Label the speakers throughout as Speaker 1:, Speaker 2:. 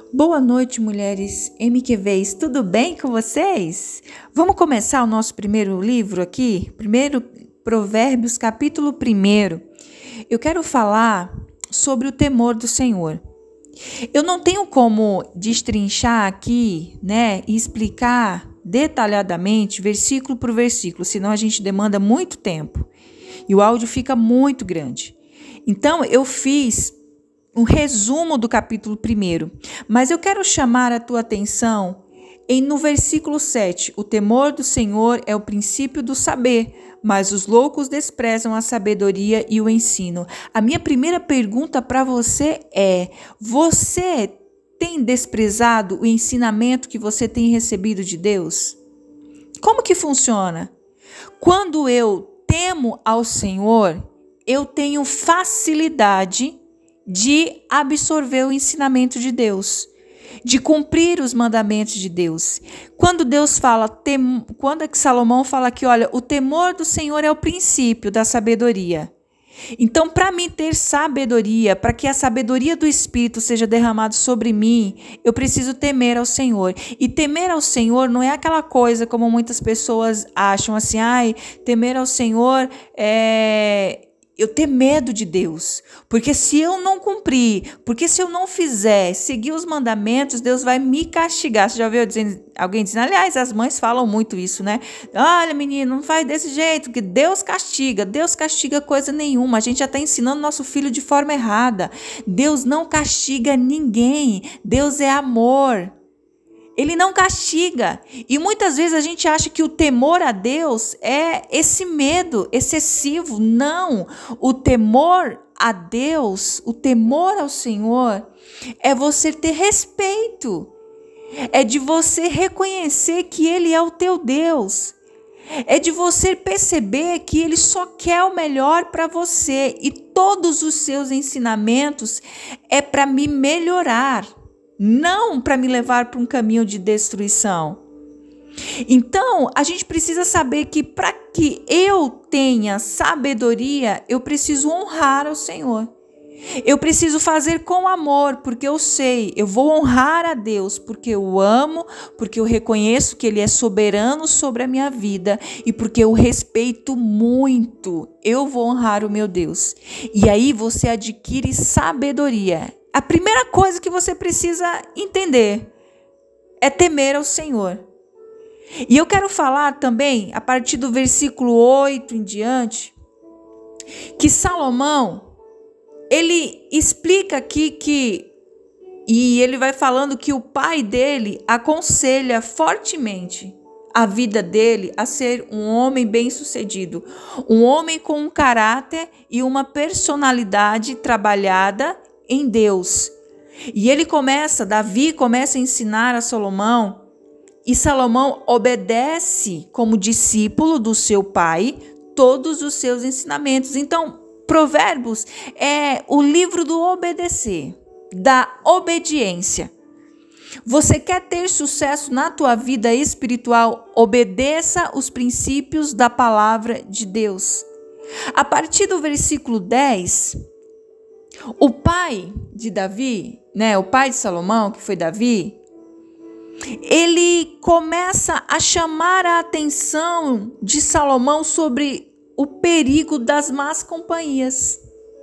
Speaker 1: Boa noite, mulheres MQVs, tudo bem com vocês? Vamos começar o nosso primeiro livro aqui? Primeiro Provérbios, capítulo 1. Eu quero falar sobre o temor do Senhor. Eu não tenho como destrinchar aqui, e explicar detalhadamente, versículo por versículo, senão a gente demanda muito tempo e o áudio fica muito grande. Então, eu fiz um resumo do capítulo 1, mas eu quero chamar a tua atenção no versículo 7. O temor do Senhor é o princípio do saber, mas os loucos desprezam a sabedoria e o ensino. A minha primeira pergunta para você é: você tem desprezado o ensinamento que você tem recebido de Deus? Como que funciona? Quando eu temo ao Senhor, eu tenho facilidade de absorver o ensinamento de Deus, de cumprir os mandamentos de Deus. Quando Deus fala, quando Salomão fala que, olha, o temor do Senhor é o princípio da sabedoria. Então, para mim ter sabedoria, para que a sabedoria do Espírito seja derramada sobre mim, eu preciso temer ao Senhor. E temer ao Senhor não é aquela coisa como muitas pessoas acham assim, temer ao Senhor é eu ter medo de Deus, porque se eu não cumprir, porque se eu não fizer, seguir os mandamentos, Deus vai me castigar. Você já ouviu alguém dizendo? Aliás, as mães falam muito isso, né? Olha, menino, não faz desse jeito, que Deus castiga coisa nenhuma. A gente já está ensinando nosso filho de forma errada. Deus não castiga ninguém, Deus é amor. Ele não castiga. E muitas vezes a gente acha que o temor a Deus é esse medo excessivo. Não. O temor a Deus, o temor ao Senhor, é você ter respeito. É de você reconhecer que Ele é o teu Deus. É de você perceber que Ele só quer o melhor para você. E todos os seus ensinamentos é para me melhorar. Não para me levar para um caminho de destruição. Então, a gente precisa saber que para que eu tenha sabedoria, eu preciso honrar ao Senhor. Eu preciso fazer com amor, porque eu sei, eu vou honrar a Deus, porque eu o amo, porque eu reconheço que Ele é soberano sobre a minha vida e porque eu respeito muito. Eu vou honrar o meu Deus. E aí você adquire sabedoria. A primeira coisa que você precisa entender é temer ao Senhor. E eu quero falar também, a partir do versículo 8 em diante, que Salomão, ele explica aqui e ele vai falando que o pai dele aconselha fortemente a vida dele a ser um homem bem-sucedido, um homem com um caráter e uma personalidade trabalhada em Deus. E Davi começa a ensinar a Salomão, e Salomão obedece como discípulo do seu pai todos os seus ensinamentos. Então, Provérbios é o livro do obedecer, da obediência. Você quer ter sucesso na tua vida espiritual? Obedeça os princípios da palavra de Deus. A partir do versículo 10, o pai de Davi, o pai de Salomão, que foi Davi, ele começa a chamar a atenção de Salomão sobre o perigo das más companhias.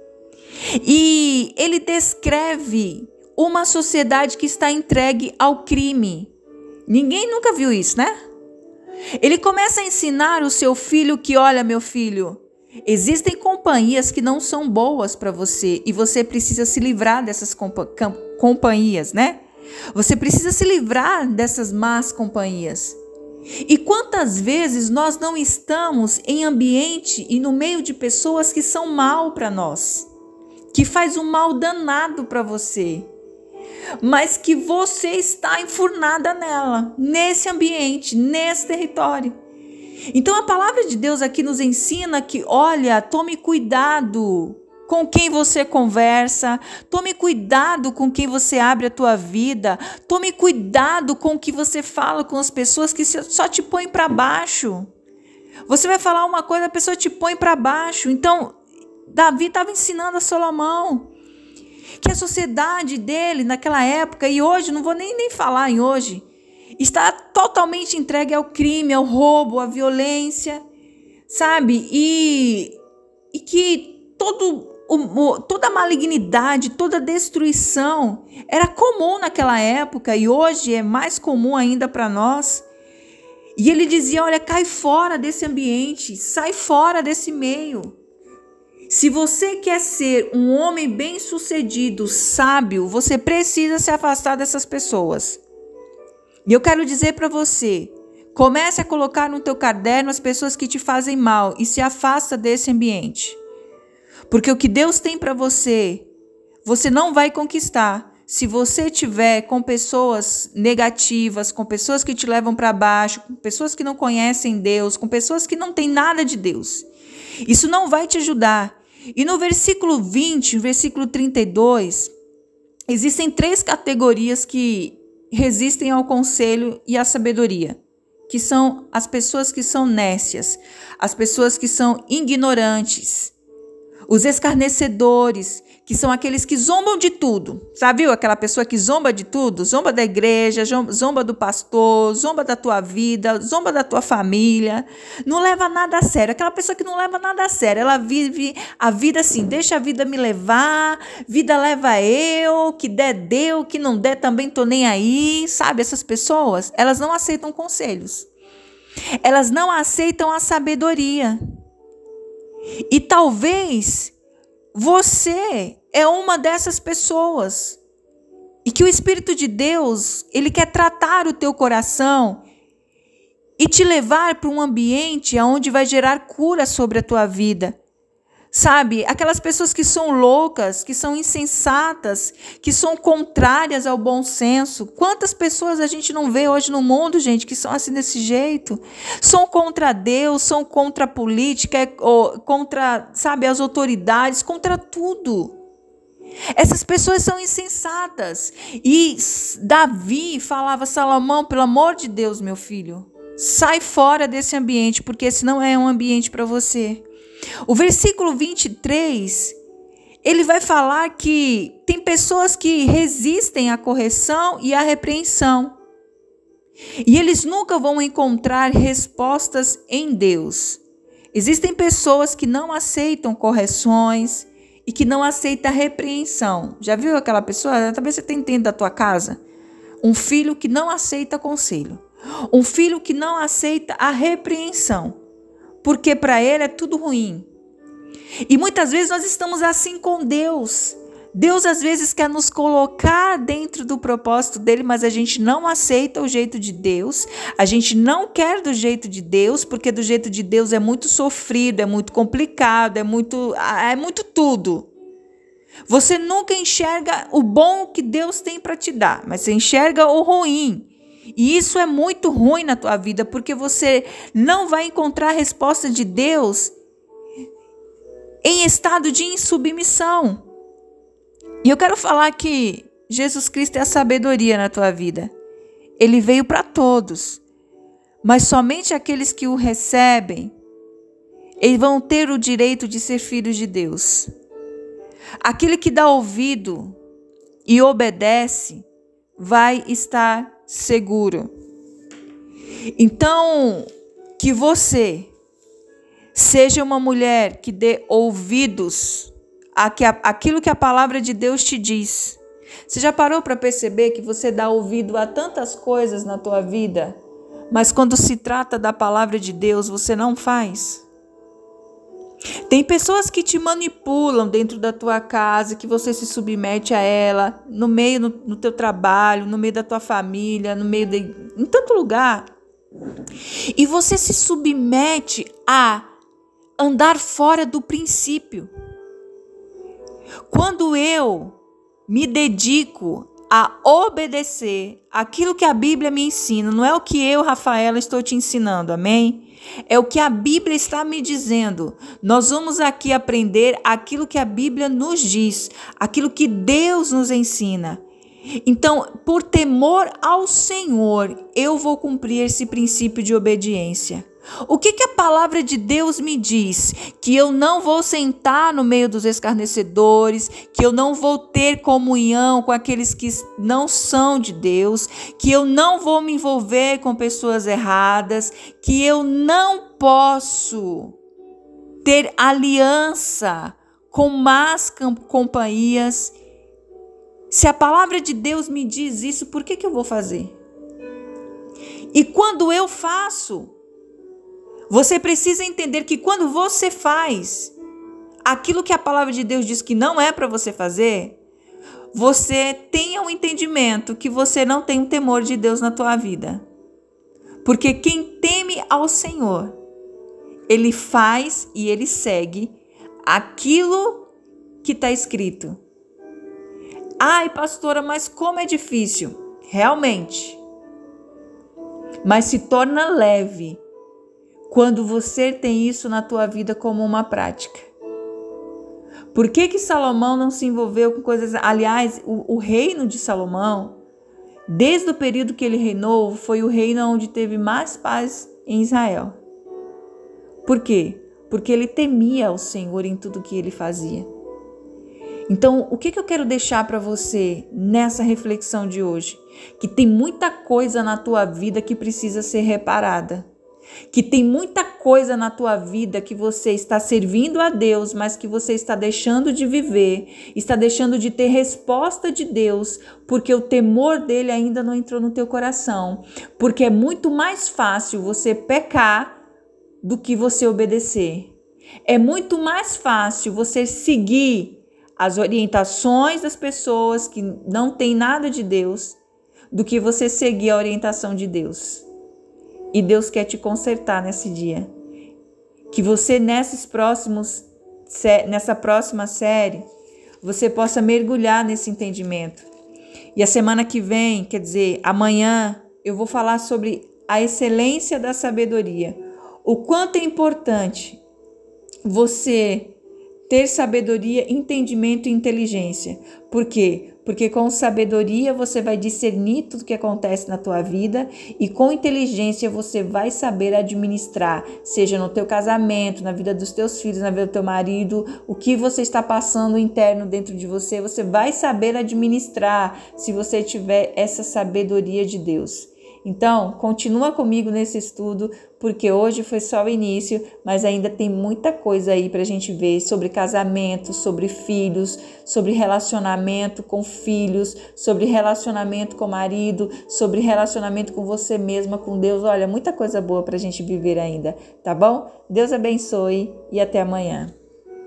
Speaker 1: E ele descreve uma sociedade que está entregue ao crime. Ninguém nunca viu isso, né? Ele começa a ensinar o seu filho que, olha, meu filho, existem companhias que não são boas para você e você precisa se livrar dessas companhias, né? Você precisa se livrar dessas más companhias. E quantas vezes nós não estamos em ambiente e no meio de pessoas que são mal para nós, que faz um mal danado para você, mas que você está enfurnada nela, nesse ambiente, nesse território. Então a palavra de Deus aqui nos ensina que, olha, tome cuidado com quem você conversa, tome cuidado com quem você abre a tua vida, tome cuidado com o que você fala com as pessoas que só te põem para baixo. Você vai falar uma coisa, a pessoa te põe para baixo. Então, Davi estava ensinando a Salomão que a sociedade dele naquela época, e hoje, não vou nem falar em hoje, está totalmente entregue ao crime, ao roubo, à violência, sabe? E que toda a malignidade, toda a destruição era comum naquela época e hoje é mais comum ainda para nós. E ele dizia, olha, cai fora desse ambiente, sai fora desse meio. Se você quer ser um homem bem-sucedido, sábio, você precisa se afastar dessas pessoas. E eu quero dizer para você, comece a colocar no teu caderno as pessoas que te fazem mal e se afasta desse ambiente. Porque o que Deus tem para você, você não vai conquistar se você tiver com pessoas negativas, com pessoas que te levam para baixo, com pessoas que não conhecem Deus, com pessoas que não têm nada de Deus. Isso não vai te ajudar. E no versículo 20, no versículo 32, existem 3 categorias que resistem ao conselho e à sabedoria, que são as pessoas que são nécias, as pessoas que são ignorantes, os escarnecedores, que são aqueles que zombam de tudo. Sabe, viu? Aquela pessoa que zomba de tudo, zomba da igreja, zomba do pastor, zomba da tua vida, zomba da tua família, não leva nada a sério. Aquela pessoa que não leva nada a sério, ela vive a vida assim, deixa a vida me levar, vida leva eu, que der deu, que não der também tô nem aí, sabe? Essas pessoas, elas não aceitam conselhos, elas não aceitam a sabedoria. E talvez você é uma dessas pessoas. E que o Espírito de Deus, ele quer tratar o teu coração e te levar para um ambiente onde vai gerar cura sobre a tua vida. Sabe, aquelas pessoas que são loucas, que são insensatas, que são contrárias ao bom senso. Quantas pessoas a gente não vê hoje no mundo, gente, que são assim desse jeito? São contra Deus, são contra a política, contra, sabe, as autoridades, contra tudo. Essas pessoas são insensatas. E Davi falava, Salomão, pelo amor de Deus, meu filho, sai fora desse ambiente, porque esse não é um ambiente para você. O versículo 23, ele vai falar que tem pessoas que resistem à correção e à repreensão. E eles nunca vão encontrar respostas em Deus. Existem pessoas que não aceitam correções e que não aceitam repreensão. Já viu aquela pessoa? Talvez você tenha dentro da tua casa. Um filho que não aceita conselho. Um filho que não aceita a repreensão. Porque para ele é tudo ruim. E muitas vezes nós estamos assim com Deus. Deus às vezes quer nos colocar dentro do propósito dele, mas a gente não aceita o jeito de Deus. A gente não quer do jeito de Deus, porque do jeito de Deus é muito sofrido, é muito complicado, é muito tudo. Você nunca enxerga o bom que Deus tem para te dar, mas você enxerga o ruim. E isso é muito ruim na tua vida, porque você não vai encontrar a resposta de Deus em estado de insubmissão. E eu quero falar que Jesus Cristo é a sabedoria na tua vida. Ele veio para todos, mas somente aqueles que o recebem, eles vão ter o direito de ser filhos de Deus. Aquele que dá ouvido e obedece vai estar seguro. Então, que você seja uma mulher que dê ouvidos àquilo que a palavra de Deus te diz. Você já parou para perceber que você dá ouvido a tantas coisas na tua vida, mas quando se trata da palavra de Deus, você não faz? Tem pessoas que te manipulam dentro da tua casa, que você se submete a ela, no teu trabalho, no meio da tua família, em tanto lugar. E você se submete a andar fora do princípio. Quando eu me dedico a obedecer aquilo que a Bíblia me ensina, não é o que eu, Rafaela, estou te ensinando, amém? É o que a Bíblia está me dizendo. Nós vamos aqui aprender aquilo que a Bíblia nos diz, aquilo que Deus nos ensina. Então, por temor ao Senhor, eu vou cumprir esse princípio de obediência. O que a palavra de Deus me diz? Que eu não vou sentar no meio dos escarnecedores, que eu não vou ter comunhão com aqueles que não são de Deus, que eu não vou me envolver com pessoas erradas, que eu não posso ter aliança com más companhias. Se a palavra de Deus me diz isso, por que eu vou fazer? E quando eu faço, você precisa entender que quando você faz aquilo que a palavra de Deus diz que não é para você fazer, você tenha um entendimento que você não tem o temor de Deus na tua vida. Porque quem teme ao Senhor, ele faz e ele segue aquilo que está escrito. Ai, pastora, mas como é difícil. Realmente. Mas se torna leve quando você tem isso na tua vida como uma prática. Por que Salomão não se envolveu com coisas... Aliás, o reino de Salomão, desde o período que ele reinou, foi o reino onde teve mais paz em Israel. Por quê? Porque ele temia o Senhor em tudo que ele fazia. Então, o que eu quero deixar para você nessa reflexão de hoje? Que tem muita coisa na tua vida que precisa ser reparada. Que tem muita coisa na tua vida que você está servindo a Deus, mas que você está deixando de viver, está deixando de ter resposta de Deus, porque o temor dele ainda não entrou no teu coração. Porque é muito mais fácil você pecar do que você obedecer. É muito mais fácil você seguir as orientações das pessoas que não têm nada de Deus do que você seguir a orientação de Deus. E Deus quer te consertar nesse dia. Que você nessa próxima série, você possa mergulhar nesse entendimento. E a semana que vem, quer dizer, amanhã, eu vou falar sobre a excelência da sabedoria. O quanto é importante você ter sabedoria, entendimento e inteligência. Por quê? Porque com sabedoria você vai discernir tudo que acontece na tua vida e com inteligência você vai saber administrar, seja no teu casamento, na vida dos teus filhos, na vida do teu marido, o que você está passando interno dentro de você, você vai saber administrar se você tiver essa sabedoria de Deus. Então, continua comigo nesse estudo, porque hoje foi só o início, mas ainda tem muita coisa aí para a gente ver sobre casamento, sobre filhos, sobre relacionamento com filhos, sobre relacionamento com marido, sobre relacionamento com você mesma, com Deus. Olha, muita coisa boa para a gente viver ainda, tá bom? Deus abençoe e até amanhã.